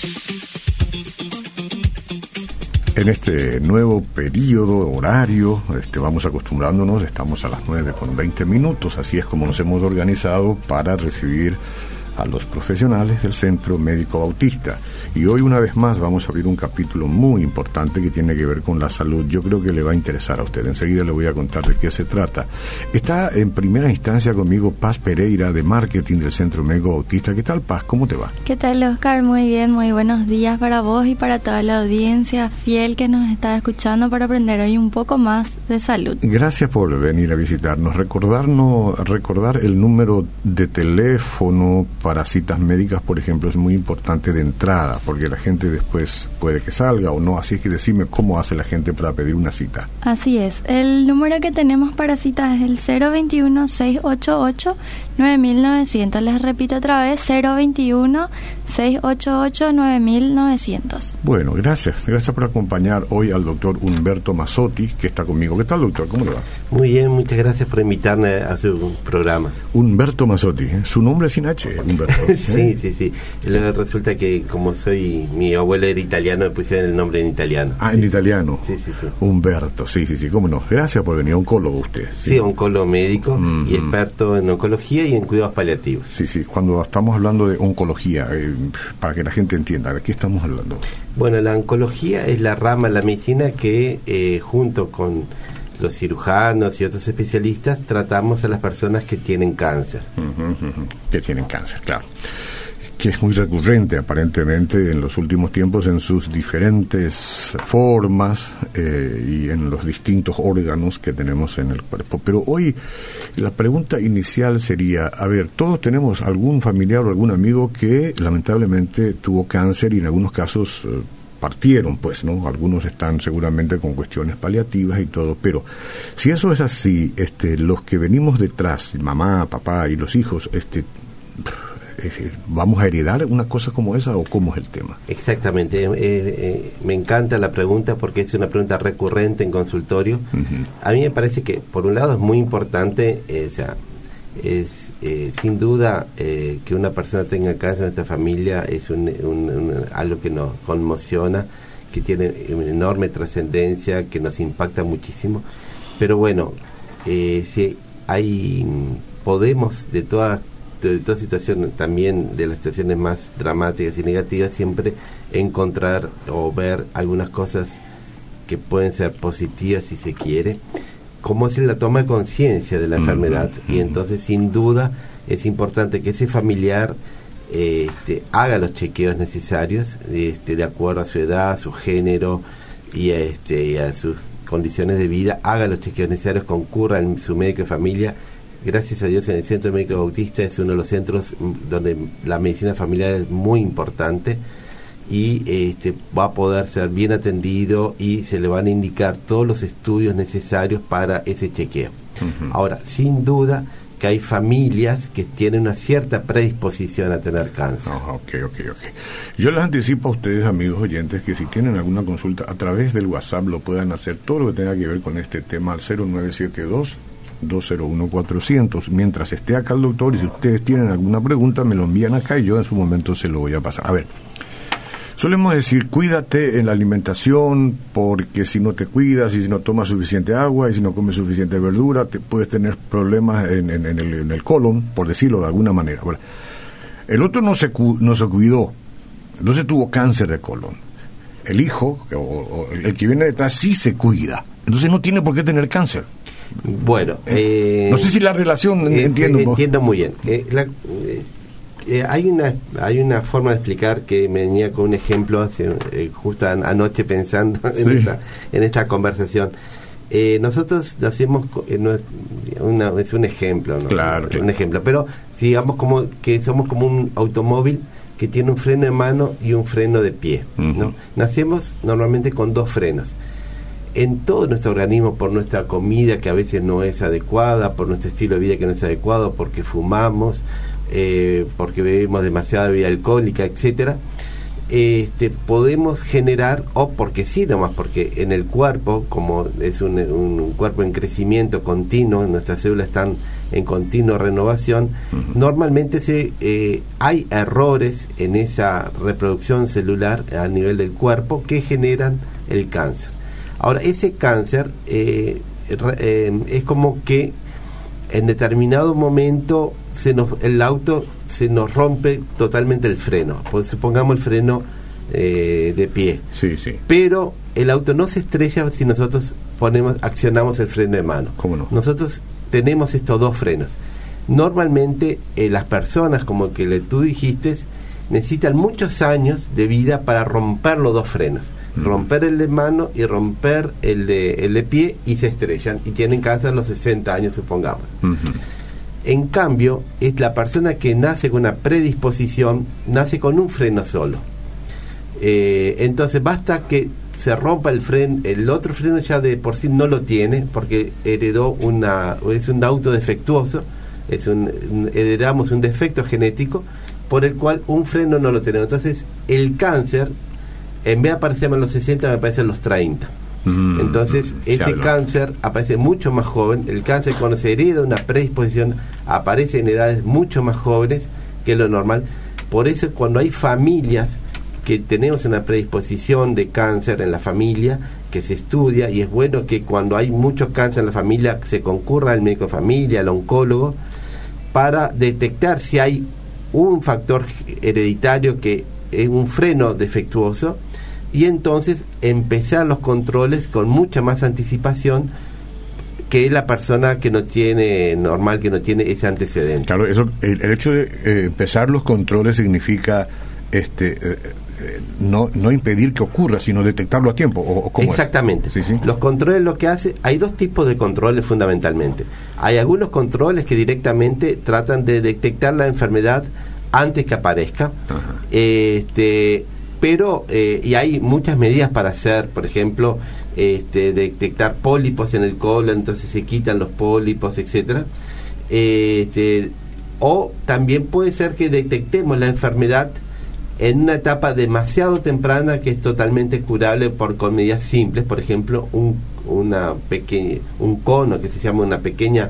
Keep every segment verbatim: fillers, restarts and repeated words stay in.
En este nuevo periodo horario, este, vamos acostumbrándonos, estamos a las nueve con veinte minutos, así es como nos hemos organizado para recibir a los profesionales del Centro Médico Bautista. Y hoy una vez más vamos a abrir un capítulo muy importante que tiene que ver con la salud. Yo creo que le va a interesar a usted. Enseguida le voy a contar de qué se trata. Está en primera instancia conmigo Paz Pereira, de Marketing del Centro Médico Bautista. ¿Qué tal, Paz? ¿Cómo te va? ¿Qué tal, Oscar? Muy bien, muy buenos días para vos y para toda la audiencia fiel que nos está escuchando para aprender hoy un poco más de salud. Gracias por venir a visitarnos. Recordarnos, recordar el número de teléfono para citas médicas, por ejemplo, es muy importante de entrada, porque la gente después puede que salga o no, así es que decime cómo hace la gente para pedir una cita. Así es, el número que tenemos para citas es el cero veintiuno, seiscientos ochenta y ocho, nueve mil novecientos. Les repito otra vez, cero veintiuno, seiscientos ochenta y ocho, nueve mil novecientos. Bueno, gracias, gracias por acompañar hoy al doctor Humberto Mazzotti, que está conmigo. ¿Qué tal, doctor? ¿Cómo le va? Muy bien, muchas gracias por invitarme a su programa. Humberto Mazzotti, ¿eh? Su nombre es sin H, Humberto. ¿eh? Sí, sí, sí. Luego resulta que como soy, mi abuelo era italiano, me pusieron el nombre en italiano. Ah, en sí, italiano. Sí, sí, sí. Humberto, sí, sí, sí, cómo no. Gracias por venir, oncólogo usted. Sí, sí, oncólogo médico mm-hmm. y experto en oncología y en cuidados paliativos. Sí, sí, cuando estamos hablando de oncología, eh, para que la gente entienda, ¿de qué estamos hablando? Bueno, la oncología es la rama de la medicina que eh, junto con los cirujanos y otros especialistas tratamos a las personas que tienen cáncer. Uh-huh, uh-huh. Que tienen cáncer, claro. Que es muy recurrente aparentemente en los últimos tiempos en sus diferentes formas eh, y en los distintos órganos que tenemos en el cuerpo. Pero hoy la pregunta inicial sería, a ver, todos tenemos algún familiar o algún amigo que lamentablemente tuvo cáncer y en algunos casos eh, partieron, pues, ¿no? Algunos están seguramente con cuestiones paliativas y todo, pero si eso es así, este, los que venimos detrás, mamá, papá y los hijos, este, ¿vamos a heredar una cosa como esa o cómo es el tema? Exactamente, eh, eh, me encanta la pregunta porque es una pregunta recurrente en consultorio. Uh-huh. A mí me parece que, por un lado, es muy importante, eh, o sea, es Eh, sin duda eh, que una persona tenga cáncer en esta familia es un, un, un, algo que nos conmociona, que tiene una enorme trascendencia, que nos impacta muchísimo, pero bueno, eh, si hay, podemos de toda, de toda situación, también de las situaciones más dramáticas y negativas, siempre encontrar o ver algunas cosas que pueden ser positivas si se quiere, como es la toma de conciencia de la enfermedad. Uh-huh. Y entonces, sin duda, es importante que ese familiar eh, este, haga los chequeos necesarios este, de acuerdo a su edad, a su género y a, este, y a sus condiciones de vida, haga los chequeos necesarios, concurra en su médico de familia. Gracias a Dios, en el Centro Médico Bautista es uno de los centros donde la medicina familiar es muy importante y este, va a poder ser bien atendido y se le van a indicar todos los estudios necesarios para ese chequeo. Uh-huh. Ahora, sin duda que hay familias que tienen una cierta predisposición a tener cáncer. Oh, ok, ok, ok. Yo les anticipo a ustedes, amigos oyentes, que si tienen alguna consulta a través del WhatsApp lo puedan hacer, todo lo que tenga que ver con este tema al cero nueve siete dos, dos cero uno, cuatrocientos. Mientras esté acá el doctor y si ustedes tienen alguna pregunta me lo envían acá y yo en su momento se lo voy a pasar. A ver, solemos decir, cuídate en la alimentación, porque si no te cuidas y si no tomas suficiente agua y si no comes suficiente verdura, te puedes tener problemas en, en, en, el, en el colon, por decirlo de alguna manera. Bueno, el otro no se, cu- no se cuidó, entonces tuvo cáncer de colon. El hijo, o, o el que viene detrás, sí se cuida, entonces no tiene por qué tener cáncer. Bueno, eh, no sé si la relación, eh, entiendo. Eh, entiendo muy bien. Eh, la, eh, Eh, hay una hay una forma de explicar que me venía con un ejemplo hace, eh, justo an- anoche pensando en, sí. esta, en esta conversación. Eh, nosotros hacemos eh, no es, una, es un ejemplo, ¿no? Claro, claro. Un ejemplo, pero digamos como que somos como un automóvil que tiene un freno de mano y un freno de pie, uh-huh. ¿no? Nacemos normalmente con dos frenos. En todo nuestro organismo, por nuestra comida que a veces no es adecuada, por nuestro estilo de vida que no es adecuado, porque fumamos, eh, porque bebemos demasiada bebida alcohólica, etcétera, este, podemos generar, o porque sí nomás, porque en el cuerpo, como es un, un cuerpo en crecimiento continuo, nuestras células están en continua renovación, uh-huh. normalmente se eh, hay errores en esa reproducción celular a nivel del cuerpo que generan el cáncer. Ahora, ese cáncer eh, eh, es como que en determinado momento se nos, el auto se nos rompe totalmente el freno, pues supongamos el freno eh, de pie, sí, sí. pero el auto no se estrella si nosotros ponemos, accionamos el freno de mano. ¿Cómo no? Nosotros tenemos estos dos frenos. Normalmente eh, las personas, como que le, tú dijiste, necesitan muchos años de vida para romper los dos frenos. Uh-huh. Romper el de mano y romper el de, el de pie, y se estrellan y tienen cáncer a los sesenta años, supongamos. Uh-huh. En cambio, es la persona que nace con una predisposición, nace con un freno solo. Eh, entonces basta que se rompa el freno, el otro freno ya de por sí no lo tiene, porque heredó una, es un auto defectuoso, es un, heredamos un defecto genético por el cual un freno no lo tenemos. Entonces el cáncer, en vez de aparecer a los sesenta, me aparece a los treinta. Mm, Entonces ese hablo. cáncer aparece mucho más joven. El cáncer, cuando se hereda una predisposición, aparece en edades mucho más jóvenes que lo normal. Por eso, cuando hay familias que tenemos una predisposición de cáncer en la familia, que se estudia, y es bueno que cuando hay mucho cáncer en la familia se concurra al médico de familia, al oncólogo, para detectar si hay un factor hereditario que es un freno defectuoso, y entonces empezar los controles con mucha más anticipación que la persona que no tiene, normal, que no tiene ese antecedente. Claro, eso, el, el hecho de eh, empezar los controles significa este eh, eh, no no impedir que ocurra, sino detectarlo a tiempo. ¿O, o cómo Exactamente. Sí, sí. Los controles, lo que hace, hay dos tipos de controles fundamentalmente. Hay algunos controles que directamente tratan de detectar la enfermedad antes que aparezca. Ajá. Este pero eh, y hay muchas medidas para hacer, por ejemplo, este, detectar pólipos en el colon, entonces se quitan los pólipos, etcétera. Este, o también puede ser que detectemos la enfermedad en una etapa demasiado temprana, que es totalmente curable por con medidas simples, por ejemplo, un una pequeña un cono que se llama una pequeña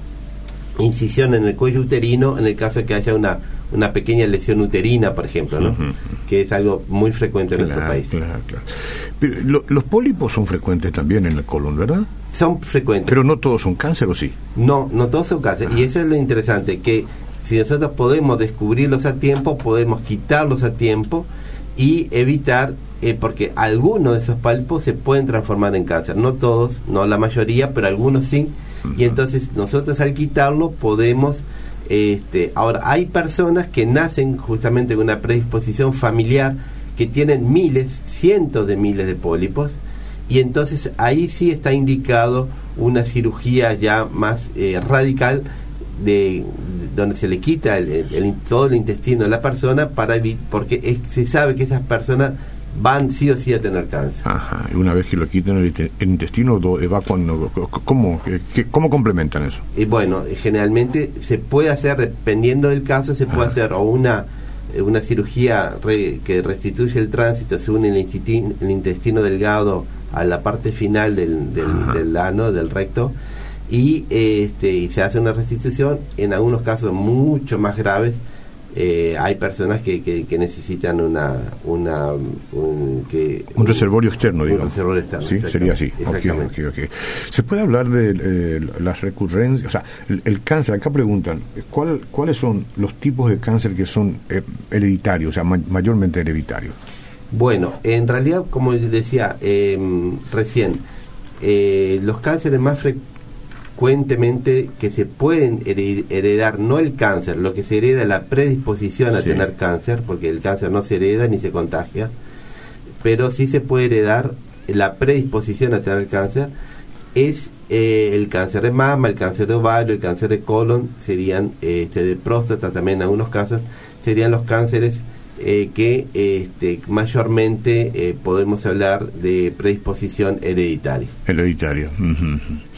incisión en el cuello uterino, en el caso de que haya una una pequeña lesión uterina, por ejemplo, ¿no? Uh-huh. Que es algo muy frecuente en claro, nuestro país. Claro, claro. Pero, lo, los pólipos son frecuentes también en el colon, ¿verdad? Son frecuentes. Pero no todos son cáncer, ¿o sí? No, no todos son cáncer. Uh-huh. Y eso es lo interesante, que si nosotros podemos descubrirlos a tiempo, podemos quitarlos a tiempo y evitar, eh, porque algunos de esos pólipos se pueden transformar en cáncer. No todos, no la mayoría, pero algunos sí. Uh-huh. Y entonces nosotros al quitarlo podemos... Este, ahora, hay personas que nacen justamente con una predisposición familiar, que tienen miles, cientos de miles de pólipos, y entonces ahí sí está indicado una cirugía ya más eh, radical, de, de donde se le quita el, el, el, todo el intestino de la persona, para porque es, se sabe que esas personas van sí o sí a tener cáncer. Ajá, y una vez que lo quitan el, el intestino, va cuando, ¿cómo, qué, ¿cómo complementan eso? Y bueno, generalmente se puede hacer, dependiendo del caso, se puede Ajá. hacer o una una cirugía re, que restituye el tránsito según el intestino, el intestino delgado a la parte final del, del, del ano, del recto, y este y se hace una restitución. En algunos casos mucho más graves, Eh, hay personas que, que, que necesitan una una un, que, un reservorio externo, digamos. Un reservorio externo. Sí, sería así. Okay, okay, okay. ¿Se puede hablar de eh, las recurrencias? O sea, el, el cáncer, acá preguntan, ¿cuál, ¿cuáles son los tipos de cáncer que son eh, hereditarios, o sea, ma- mayormente hereditarios? Bueno, en realidad, como decía eh, recién, eh, los cánceres más frecuentes frecuentemente que se pueden heredar, no el cáncer, lo que se hereda es la predisposición a sí. tener cáncer, porque el cáncer no se hereda ni se contagia, pero sí se puede heredar la predisposición a tener cáncer, es eh, el cáncer de mama, el cáncer de ovario, el cáncer de colon, serían este de próstata también en algunos casos, serían los cánceres eh, que este, mayormente eh, podemos hablar de predisposición hereditaria. Hereditaria. Uh-huh.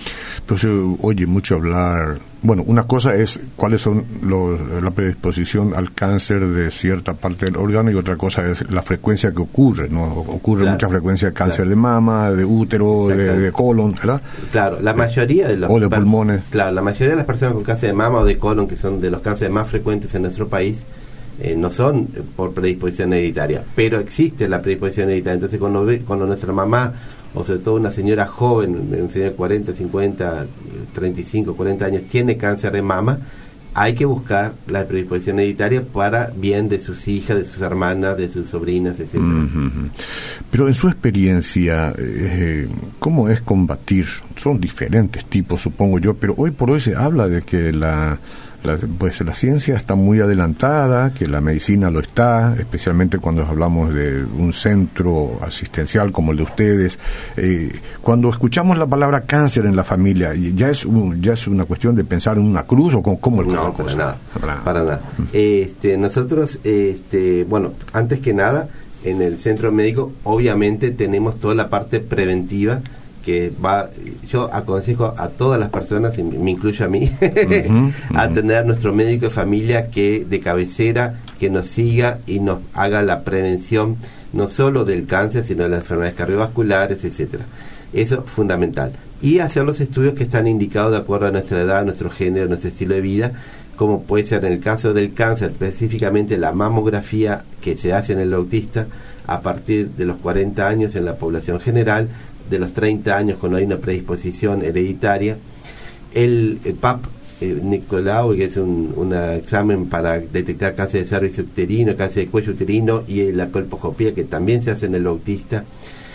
Pero se oye mucho hablar, bueno, una cosa es cuáles son los, la predisposición al cáncer de cierta parte del órgano y otra cosa es la frecuencia que ocurre, ¿no? Ocurre claro, mucha frecuencia de cáncer claro. de mama, de útero, de, de colon, ¿verdad? Claro, la mayoría de los... O de pulmones. Claro, la mayoría de las personas con cáncer de mama o de colon, que son de los cánceres más frecuentes en nuestro país, eh, no son por predisposición hereditaria, pero existe la predisposición hereditaria. Entonces, cuando, ve, cuando nuestra mamá, o sobre todo una señora joven, una señora de cuarenta, cincuenta, treinta y cinco, cuarenta años, tiene cáncer de mama, hay que buscar la predisposición hereditaria para bien de sus hijas, de sus hermanas, de sus sobrinas, etcétera. Uh-huh. Pero en su experiencia, eh, ¿cómo es combatir? Son diferentes tipos, supongo yo, pero hoy por hoy se habla de que la... La, pues la ciencia está muy adelantada, que la medicina lo está, especialmente cuando hablamos de un centro asistencial como el de ustedes. Eh, cuando escuchamos la palabra cáncer en la familia, ¿ya es un, ya es una cuestión de pensar en una cruz o cómo, cómo es no, la cosa? Para nada, para, para nada. Este, nosotros, este, bueno, antes que nada, en el centro médico, obviamente tenemos toda la parte preventiva que va, yo aconsejo a todas las personas, y me incluyo a mí, uh-huh, uh-huh. a tener nuestro médico de familia que de cabecera, que nos siga y nos haga la prevención no solo del cáncer, sino de las enfermedades cardiovasculares, etcétera. Eso es fundamental. Y hacer los estudios que están indicados de acuerdo a nuestra edad, nuestro género, nuestro estilo de vida, como puede ser en el caso del cáncer, específicamente la mamografía que se hace en el autista a partir de los cuarenta años en la población general, de los treinta años cuando hay una predisposición hereditaria, el, el P A P eh, Nicolau, que es un una examen para detectar cáncer de cervix uterino, cáncer de cuello uterino, y la colposcopía que también se hace en el autista,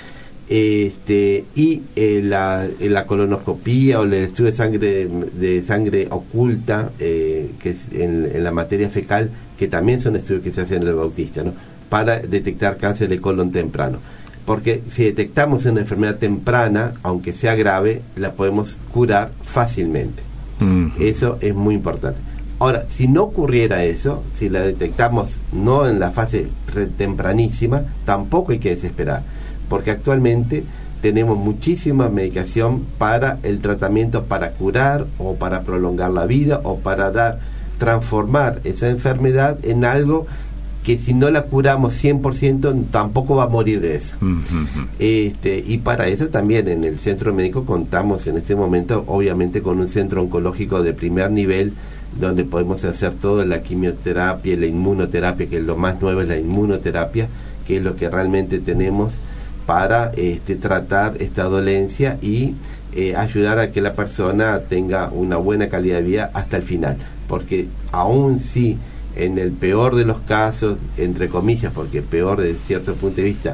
este y eh, la, la colonoscopía o el estudio de sangre de sangre oculta, eh, que es en, en la materia fecal, que también son estudios que se hacen en el autista, ¿no? Para detectar cáncer de colon temprano. Porque si detectamos una enfermedad temprana, aunque sea grave, la podemos curar fácilmente. Uh-huh. Eso es muy importante. Ahora, si no ocurriera eso, si la detectamos no en la fase tempranísima, tampoco hay que desesperar, porque actualmente tenemos muchísima medicación para el tratamiento, para curar o para prolongar la vida o para dar transformar esa enfermedad en algo que si no la curamos cien por ciento tampoco va a morir de eso. Uh-huh. Este, y para eso también en el centro médico contamos en este momento obviamente con un centro oncológico de primer nivel donde podemos hacer toda la quimioterapia y la inmunoterapia, que es lo más nuevo, es la inmunoterapia, que es lo que realmente tenemos para este, tratar esta dolencia y eh, ayudar a que la persona tenga una buena calidad de vida hasta el final, porque aún si en el peor de los casos, entre comillas, porque peor desde cierto punto de vista,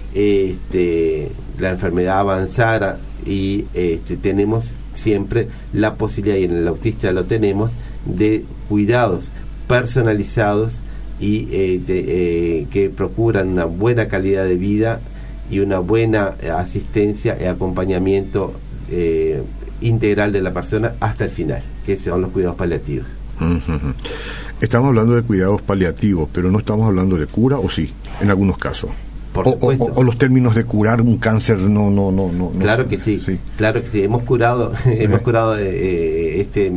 este, la enfermedad avanzara y este, tenemos siempre la posibilidad, y en el autista lo tenemos, de cuidados personalizados y eh, de, eh, que procuran una buena calidad de vida y una buena asistencia y acompañamiento eh, integral de la persona hasta el final, que son los cuidados paliativos. Uh-huh. Estamos hablando de cuidados paliativos, pero no estamos hablando de cura, ¿o sí? En algunos casos. Por o, supuesto. O, o los términos de curar un cáncer no no no no. Claro no, que sí, sí, claro que sí. Hemos curado, hemos curado eh, este,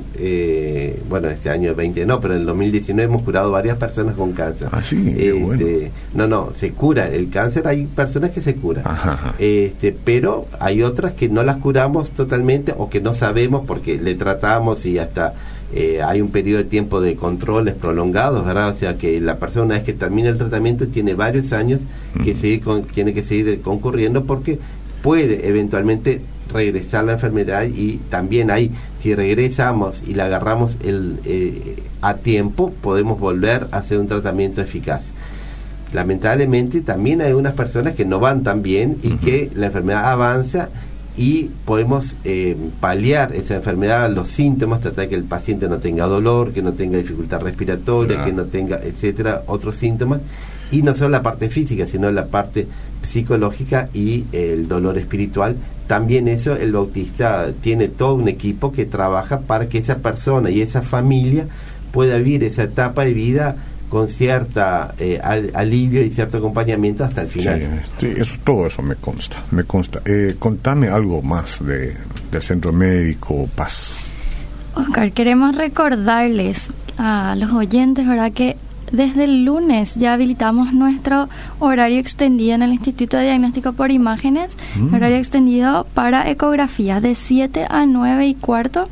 eh, bueno, este año veinte no, pero en el dos mil diecinueve hemos curado varias personas con cáncer. Ah, sí, qué este, bueno. No, no, se cura el cáncer. Hay personas que se curan, ajá, ajá. Este, pero hay otras que no las curamos totalmente o que no sabemos porque le tratamos y hasta Eh, hay un periodo de tiempo de controles prolongados, ¿verdad? O sea que la persona, una vez que termina el tratamiento, tiene varios años que uh-huh. seguir con, tiene que seguir concurriendo porque puede eventualmente regresar la enfermedad, y también ahí, si regresamos y la agarramos el, eh, a tiempo, podemos volver a hacer un tratamiento eficaz. Lamentablemente también hay unas personas que no van tan bien y uh-huh. que la enfermedad avanza y podemos eh, paliar esa enfermedad, los síntomas, tratar de que el paciente no tenga dolor, que no tenga dificultad respiratoria, claro. que no tenga, etcétera, otros síntomas, y no solo la parte física, sino la parte psicológica y eh, el dolor espiritual. También eso, el autista tiene todo un equipo que trabaja para que esa persona y esa familia pueda vivir esa etapa de vida con cierta eh, al, alivio y cierto acompañamiento hasta el final. Sí, sí, eso, todo eso me consta, me consta. Eh, contame algo más de, del Centro Médico Paz. Oscar, queremos recordarles a los oyentes, ¿verdad?, que desde el lunes ya habilitamos nuestro horario extendido en el Instituto de Diagnóstico por Imágenes, mm. horario extendido para ecografía de siete a nueve y cuarto.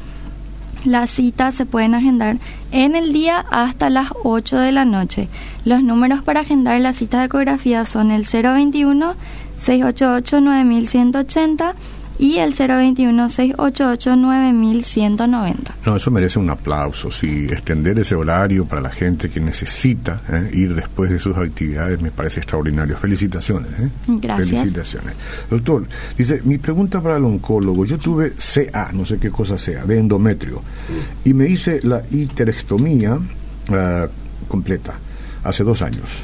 Las citas se pueden agendar en el día hasta las ocho de la noche. Los números para agendar la cita de ecografía son el cero veintiuno, seiscientos ochenta y ocho, nueve mil ciento ochenta y el cero veintiuno, seiscientos ochenta y ocho, nueve mil ciento noventa. No, eso merece un aplauso. Sí, extender ese horario para la gente que necesita eh, ir después de sus actividades me parece extraordinario. Felicitaciones. ¿eh? Gracias. Felicitaciones. Doctor, dice, mi pregunta para el oncólogo, yo tuve C A, no sé qué cosa sea, de endometrio, y me hice la histerectomía uh, completa hace dos años.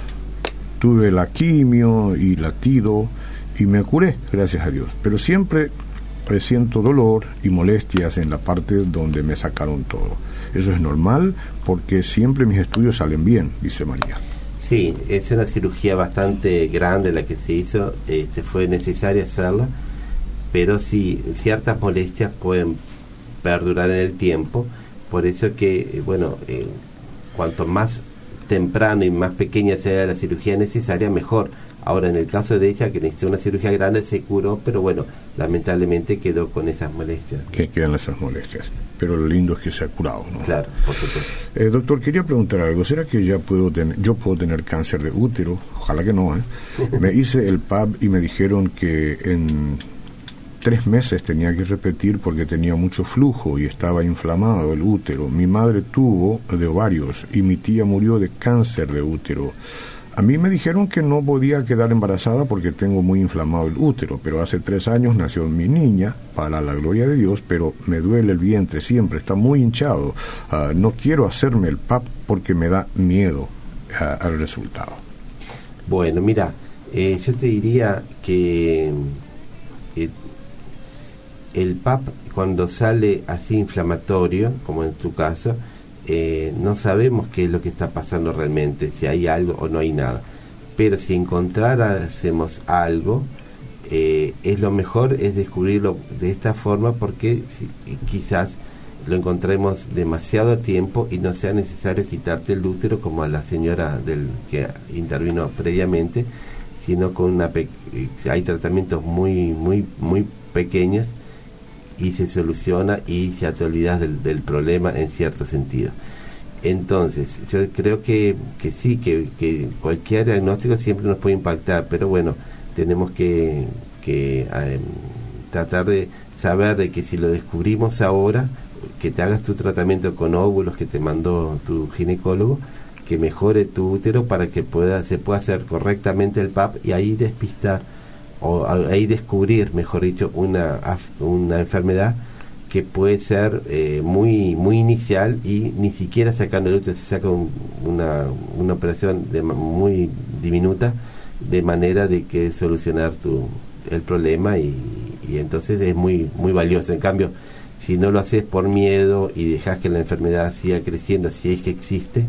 Tuve la quimio y latido y me curé, gracias a Dios, pero siempre siento dolor y molestias en la parte donde me sacaron todo. Eso es normal porque siempre mis estudios salen bien, dice María. Sí, es una cirugía bastante grande la que se hizo, este, fue necesaria hacerla, pero sí, ciertas molestias pueden perdurar en el tiempo, por eso que, bueno, eh, cuanto más temprano y más pequeña sea la cirugía necesaria, mejor. Ahora, en el caso de ella, que necesitó una cirugía grande, se curó, pero bueno, lamentablemente quedó con esas molestias. Que quedan esas molestias. Pero lo lindo es que se ha curado, ¿no? Claro, por supuesto. Eh, doctor, quería preguntar algo. ¿Será que ya puedo tener, yo puedo tener cáncer de útero? Ojalá que no, ¿eh? Me hice el P A B y me dijeron que en tres meses tenía que repetir porque tenía mucho flujo y estaba inflamado el útero. Mi madre tuvo de ovarios y mi tía murió de cáncer de útero. A mí me dijeron que no podía quedar embarazada porque tengo muy inflamado el útero, pero hace tres años nació mi niña, para la gloria de Dios, pero me duele el vientre siempre, está muy hinchado. Uh, no quiero hacerme el P A P porque me da miedo uh, al resultado. Bueno, mira, eh, yo te diría que eh, el P A P cuando sale así inflamatorio, como en tu caso, Eh, no sabemos qué es lo que está pasando realmente, si hay algo o no hay nada, pero si encontráramos algo, eh, es lo mejor es descubrirlo de esta forma, porque si, quizás lo encontremos demasiado tiempo y no sea necesario quitarte el útero como a la señora del que intervino previamente, sino con una pe- hay tratamientos muy muy muy pequeños y se soluciona y ya te olvidas del, del problema en cierto sentido. Entonces, yo creo que, que sí, que, que cualquier diagnóstico siempre nos puede impactar, pero bueno, tenemos que, que eh, tratar de saber de que si lo descubrimos ahora, que te hagas tu tratamiento con óvulos que te mandó tu ginecólogo, que mejore tu útero para que pueda se pueda hacer correctamente el P A P y ahí despistar o ahí descubrir, mejor dicho, una una enfermedad que puede ser eh, muy muy inicial y ni siquiera sacando el útero se saca un, una una operación de muy diminuta, de manera de que solucionar tu el problema y, y entonces es muy muy valioso. En cambio, si no lo haces por miedo y dejas que la enfermedad siga creciendo, si es que existe,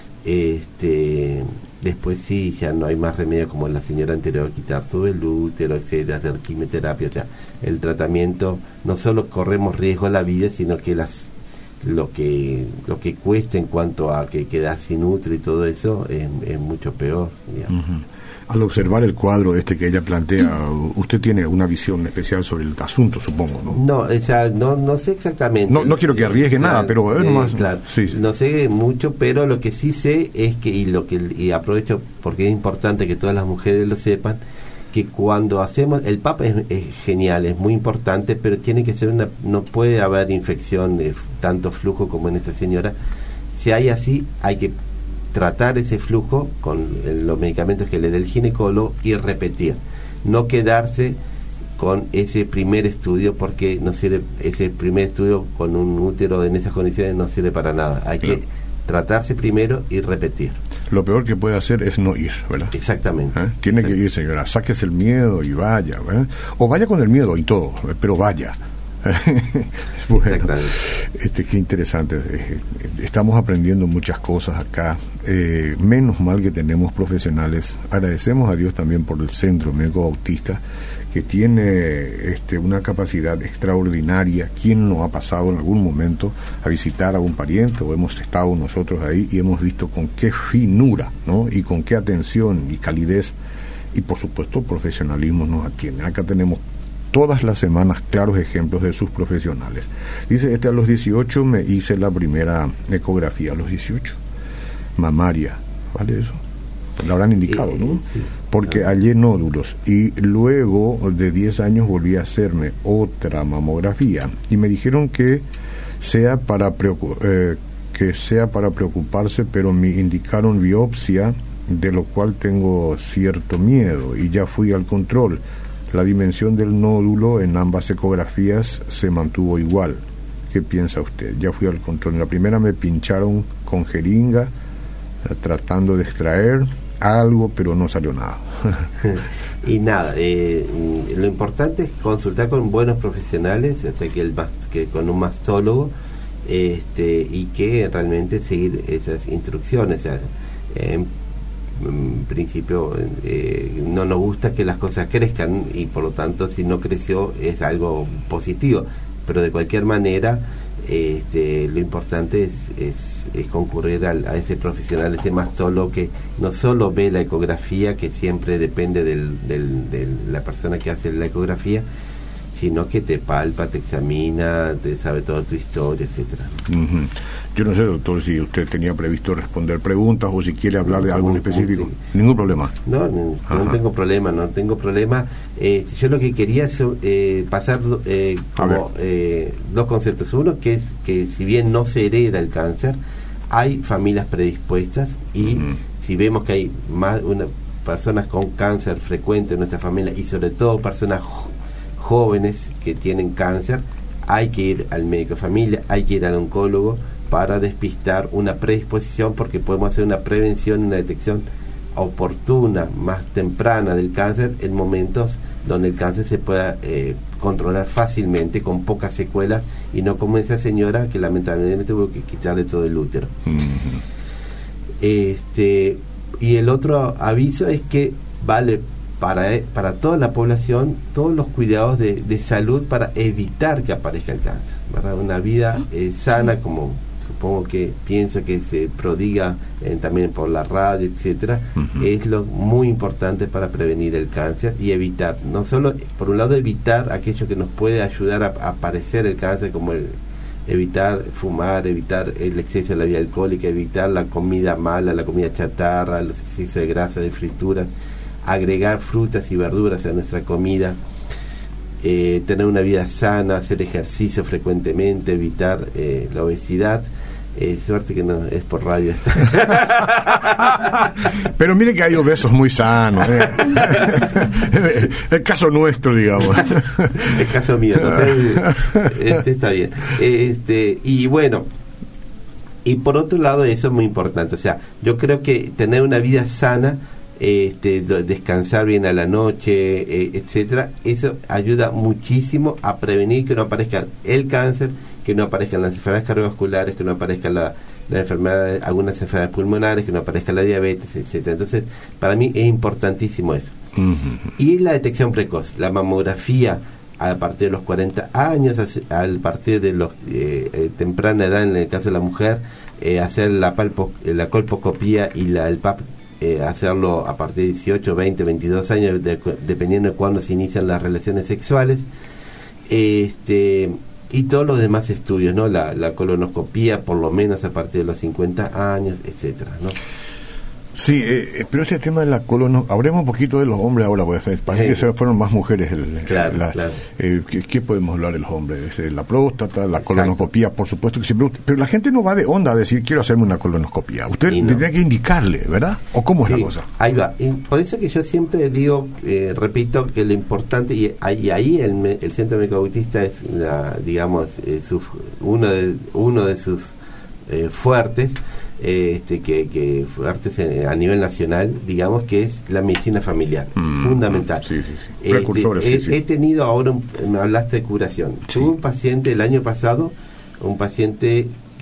este después sí, ya no hay más remedio como la señora anterior, quitar todo el útero, etcétera, hacer quimioterapia. O sea, el tratamiento, no solo corremos riesgo a la vida, sino que las lo que lo que cuesta en cuanto a que quedas sin útero y todo eso es, es mucho peor, digamos. Uh-huh. Al observar el cuadro este que ella plantea, usted tiene una visión especial sobre el asunto, supongo, ¿no? No, o sea, no, no sé exactamente. No, no quiero que arriesgue eh, nada, claro, pero eh, nomás, claro, sí, sí. No sé mucho, pero lo que sí sé es que, y lo que y aprovecho porque es importante que todas las mujeres lo sepan, que cuando hacemos, el P A P es, es genial, es muy importante, pero tiene que ser una, no puede haber infección de tanto flujo como en esta señora. Si hay así, hay que tratar ese flujo con los medicamentos que le dé el ginecólogo y repetir, no quedarse con ese primer estudio, porque no sirve, ese primer estudio con un útero en esas condiciones no sirve para nada. Hay claro. que tratarse primero y repetir. Lo peor que puede hacer es no ir, ¿verdad? Exactamente. ¿Eh? Tiene que ir, señora, sáquese el miedo y vaya, ¿verdad? O vaya con el miedo y todo, pero vaya. Bueno, este, qué interesante. Estamos aprendiendo muchas cosas acá. Eh, menos mal que tenemos profesionales. Agradecemos a Dios también por el Centro Médico Bautista, que tiene este, una capacidad extraordinaria. ¿Quién no ha pasado en algún momento a visitar a un pariente, o hemos estado nosotros ahí y hemos visto con qué finura, ¿no?, y con qué atención y calidez y por supuesto profesionalismo nos atienden? Acá tenemos todas las semanas claros ejemplos de sus profesionales. Dice, este a los dieciocho me hice la primera ecografía. A los dieciocho, mamaria, ¿vale eso? Lo habrán indicado, ¿no? Sí, porque claro, hallé nódulos, y luego de diez años volví a hacerme otra mamografía y me dijeron que sea para preocup- eh, que sea para preocuparse, pero me indicaron biopsia, de lo cual tengo cierto miedo, y ya fui al control. La dimensión del nódulo en ambas ecografías se mantuvo igual. ¿Qué piensa usted? Ya fui al control. En la primera me pincharon con jeringa, eh, tratando de extraer algo, pero no salió nada. Y nada, eh, lo importante es consultar con buenos profesionales, o sea, que, el, que con un mastólogo, este, y que realmente seguir esas instrucciones. O sea, eh, en principio eh, no nos gusta que las cosas crezcan, y por lo tanto si no creció es algo positivo, pero de cualquier manera este, lo importante es, es, es concurrir al, a ese profesional, ese mastólogo, que no solo ve la ecografía, que siempre depende del, del, de la persona que hace la ecografía, sino que te palpa, te examina, te sabe toda tu historia, etcétera. Uh-huh. Yo no sé, doctor, si usted tenía previsto responder preguntas o si quiere hablar de algo en específico. Sí. ¿Ningún problema? No, no, no tengo problema, no tengo problema. Eh, yo lo que quería es eh, pasar eh, como eh, dos conceptos. Uno, que es que si bien no se hereda el cáncer, hay familias predispuestas, y uh-huh, si vemos que hay más una personas con cáncer frecuente en nuestra familia, y sobre todo personas jóvenes que tienen cáncer, hay que ir al médico de familia, hay que ir al oncólogo para despistar una predisposición, porque podemos hacer una prevención, una detección oportuna, más temprana del cáncer, en momentos donde el cáncer se pueda eh, controlar fácilmente, con pocas secuelas, y no como esa señora que lamentablemente tuvo que quitarle todo el útero. Uh-huh. Este, y el otro aviso es que vale para, para toda la población todos los cuidados de, de salud para evitar que aparezca el cáncer, ¿verdad? Una vida eh, sana, como supongo que pienso que se prodiga eh, también por la radio, etcétera, uh-huh, es lo muy importante para prevenir el cáncer y evitar, no solo, por un lado, evitar aquello que nos puede ayudar a, a aparecer el cáncer, como el evitar fumar, evitar el exceso de la bebida alcohólica, evitar la comida mala, la comida chatarra, los excesos de grasa, de frituras, agregar frutas y verduras a nuestra comida, eh, tener una vida sana, hacer ejercicio frecuentemente, evitar eh, la obesidad. Eh, suerte que no es por radio. Pero mire que hay obesos muy sanos. ¿eh? el, el caso nuestro, digamos. El caso mío, ¿no? Este está bien. Este, y bueno, y por otro lado, eso es muy importante. O sea, yo creo que tener una vida sana, este, descansar bien a la noche, eh, etcétera, eso ayuda muchísimo a prevenir que no aparezca el cáncer, que no aparezcan las enfermedades cardiovasculares, que no aparezcan la, la enfermedad, algunas enfermedades pulmonares, que no aparezca la diabetes, etcétera. Entonces, para mí es importantísimo eso. Uh-huh. Y la detección precoz, la mamografía a partir de los cuarenta años, a, a partir de los eh, eh, temprana edad, en el caso de la mujer, eh, hacer la palpo, la colposcopía y la, el P A P, eh, hacerlo a partir de dieciocho, veinte, veintidós años, de, dependiendo de cuándo se inician las relaciones sexuales. Este... y todos los demás estudios, ¿no? La, la colonoscopía, por lo menos a partir de los cincuenta años, etcétera, ¿no? Sí, eh, pero este tema de la colonoscopía, hablemos un poquito de los hombres ahora, porque parece sí, que fueron más mujeres. El, claro, la, claro. Eh, ¿qué, ¿Qué podemos hablar de los hombres? La próstata, la colonoscopía, por supuesto que sí, pero, pero la gente no va de onda a decir, quiero hacerme una colonoscopía. Usted no. tendría que indicarle, ¿verdad? ¿O cómo es sí, la cosa? Ahí va. Y por eso que yo siempre digo, eh, repito, que lo importante, y ahí, ahí el, el Centro Médico Bautista es, la, digamos, eh, su, uno, de, uno de sus eh, fuertes, eh, este, que, que fuertes a nivel nacional, digamos, que es la medicina familiar, mm, fundamental. Sí, sí, sí. Este, Precursores, he, sí, sí. he tenido ahora, un, me hablaste de curación. Sí. Tuve un paciente el año pasado, un paciente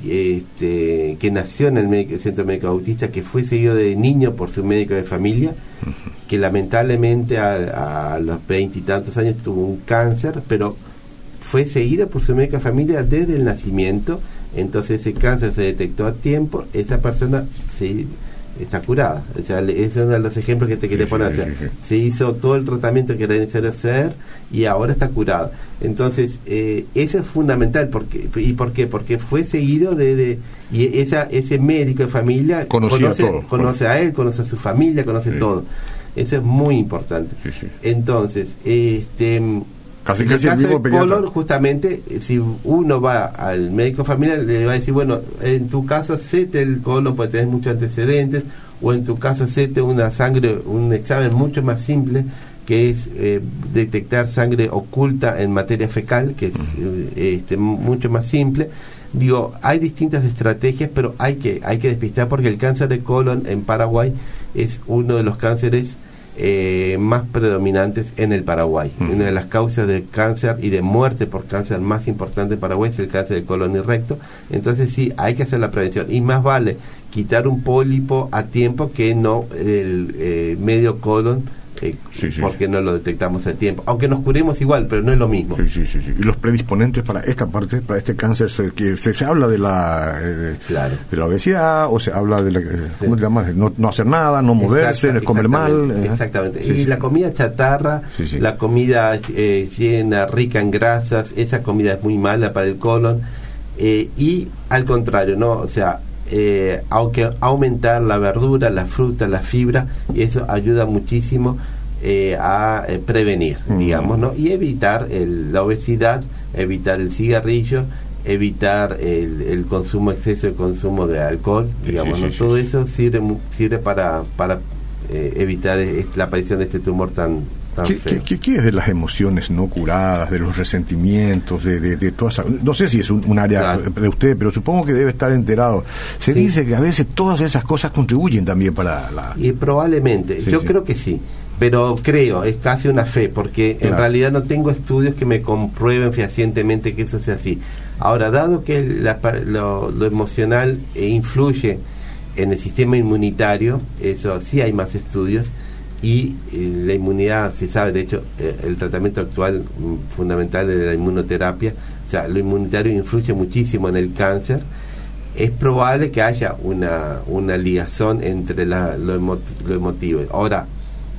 este, que nació en el, médico, el Centro Médico Bautista, que fue seguido de niño por su médico de familia, uh-huh. que lamentablemente a, a los veinte y tantos años tuvo un cáncer, pero fue seguido por su médico de familia desde el nacimiento. Entonces ese cáncer se detectó a tiempo, esa persona se, está curada. O sea, es uno de los ejemplos que te quería sí, poner. Sí, o sea, sí, sí. Se hizo todo el tratamiento que era necesario hacer y ahora está curada. Entonces, eh, eso es fundamental. Porque, ¿y por qué? Porque fue seguido de... de y esa ese médico de familia Conocía conoce, todo. conoce a él, conoce a su familia, conoce sí. todo. Eso es muy importante. Sí, sí. Entonces, este... Casi en que el caso el del colon, justamente, si uno va al médico familiar, le va a decir, bueno, en tu caso hacete el colon porque tenés muchos antecedentes, o en tu caso hacete una sangre, un examen mucho más simple, que es eh, detectar sangre oculta en materia fecal, que es eh, este, mucho más simple. Digo, hay distintas estrategias, pero hay que, hay que despistar, porque el cáncer de colon en Paraguay es uno de los cánceres Eh, más predominantes en el Paraguay. Uh-huh. Una de las causas de cáncer y de muerte por cáncer más importante en Paraguay es el cáncer de colon y recto. Entonces sí, hay que hacer la prevención, y más vale quitar un pólipo a tiempo que no el eh, medio colon eh, sí, sí, porque sí. no lo detectamos a tiempo, aunque nos curemos igual, pero no es lo mismo. Sí, sí, sí, sí. Y los predisponentes para esta parte, para este cáncer, se, que se, se habla de la eh, claro. de la obesidad, o se habla de la, eh, sí. ¿cómo te llamas? No, no hacer nada, no moverse, Exacta, comer mal. Eh. Exactamente. Sí, y sí. la comida chatarra, sí, sí. la comida eh, llena, rica en grasas, esa comida es muy mala para el colon. Eh, y al contrario, ¿no? O sea, Eh, aunque aumentar la verdura, la fruta, la fibra, y eso ayuda muchísimo eh, a eh, prevenir, uh-huh. digamos, ¿no? Y evitar el, la obesidad, evitar el cigarrillo, evitar el, el consumo, exceso de consumo de alcohol, digamos, sí, sí, ¿no? Sí, todo sí. eso sirve sirve para para eh, evitar eh, la aparición de este tumor tan ¿Qué, qué, qué, ¿Qué es de las emociones no curadas, de los resentimientos, de, de, de todas esas? No sé si es un, un área claro. de usted, pero supongo que debe estar enterado. Se sí. dice que a veces todas esas cosas contribuyen también para la... Y probablemente, sí, yo sí. creo que sí, pero creo, es casi una fe, porque claro. en realidad no tengo estudios que me comprueben fehacientemente que eso sea así. Ahora, dado que la, lo, lo emocional eh, influye en el sistema inmunitario, eso sí hay más estudios, y eh, la inmunidad se sabe, de hecho eh, el tratamiento actual mm, fundamental de la inmunoterapia, o sea, lo inmunitario influye muchísimo en el cáncer. Es probable que haya una una ligazón entre la, lo, emo, lo emotivo. Ahora,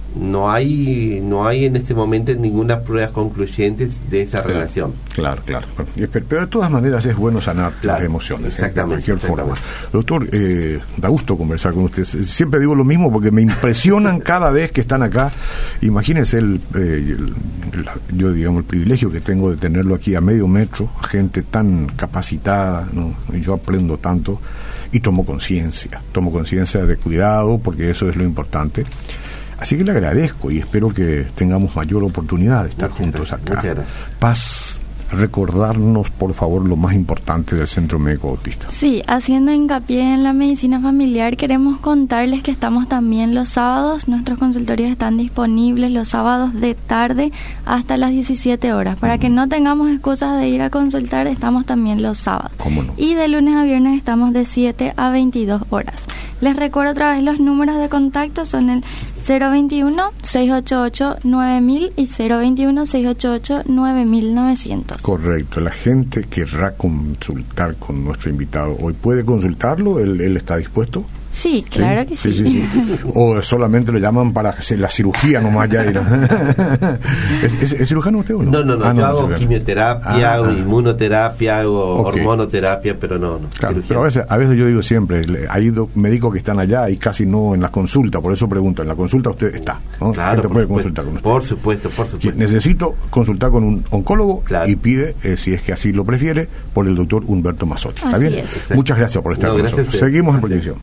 no hay no hay en este momento ninguna prueba concluyente de esa claro, relación. Claro, claro. Pero de todas maneras es bueno sanar claro, las emociones, exactamente, de cualquier exactamente. forma. Doctor, eh, da gusto conversar con usted. Siempre digo lo mismo porque me impresionan cada vez que están acá. Imagínense el, eh, el, la, yo digamos el privilegio que tengo de tenerlo aquí a medio metro, gente tan capacitada, ¿no? Y yo aprendo tanto y tomo conciencia, tomo conciencia de cuidado, porque eso es lo importante. Así que le agradezco y espero que tengamos mayor oportunidad de estar muchas juntos gracias, acá. Paz, recordarnos por favor lo más importante del Centro Médico Bautista. Sí, haciendo hincapié en la medicina familiar, queremos contarles que estamos también los sábados, nuestros consultorios están disponibles los sábados de tarde hasta las diecisiete horas. Para uh-huh. que no tengamos excusas de ir a consultar, estamos también los sábados. ¿Cómo no? Y de lunes a viernes estamos de siete a veintidós horas. Les recuerdo otra vez los números de contacto, son el cero veintiuno, seiscientos ochenta y ocho, nueve mil y cero veintiuno, seiscientos ochenta y ocho, nueve mil novecientos. Correcto, la gente querrá consultar con nuestro invitado hoy. ¿Puede consultarlo? ¿Él, él está dispuesto? Sí, claro ¿Sí? que sí. Sí, sí, sí. O solamente lo llaman para hacer la cirugía nomás ya. ¿Es, es, ¿Es cirujano usted o no? No, no, no, ah, yo no, hago no, quimioterapia, ah, hago ah. inmunoterapia, hago okay. hormonoterapia, pero no, no. Claro, pero a veces, a veces yo digo siempre, hay médicos que están allá y casi no en la consulta, por eso pregunto, en la consulta usted está, ¿no? Claro, usted puede supuesto, consultar con usted. Por supuesto, por supuesto. Necesito consultar con un oncólogo claro. y pide, eh, si es que así lo prefiere, por el doctor Humberto Mazzotti. ¿Está así bien? Es. Muchas gracias por estar no, con nosotros. nosotros. Seguimos en gracias. proyección.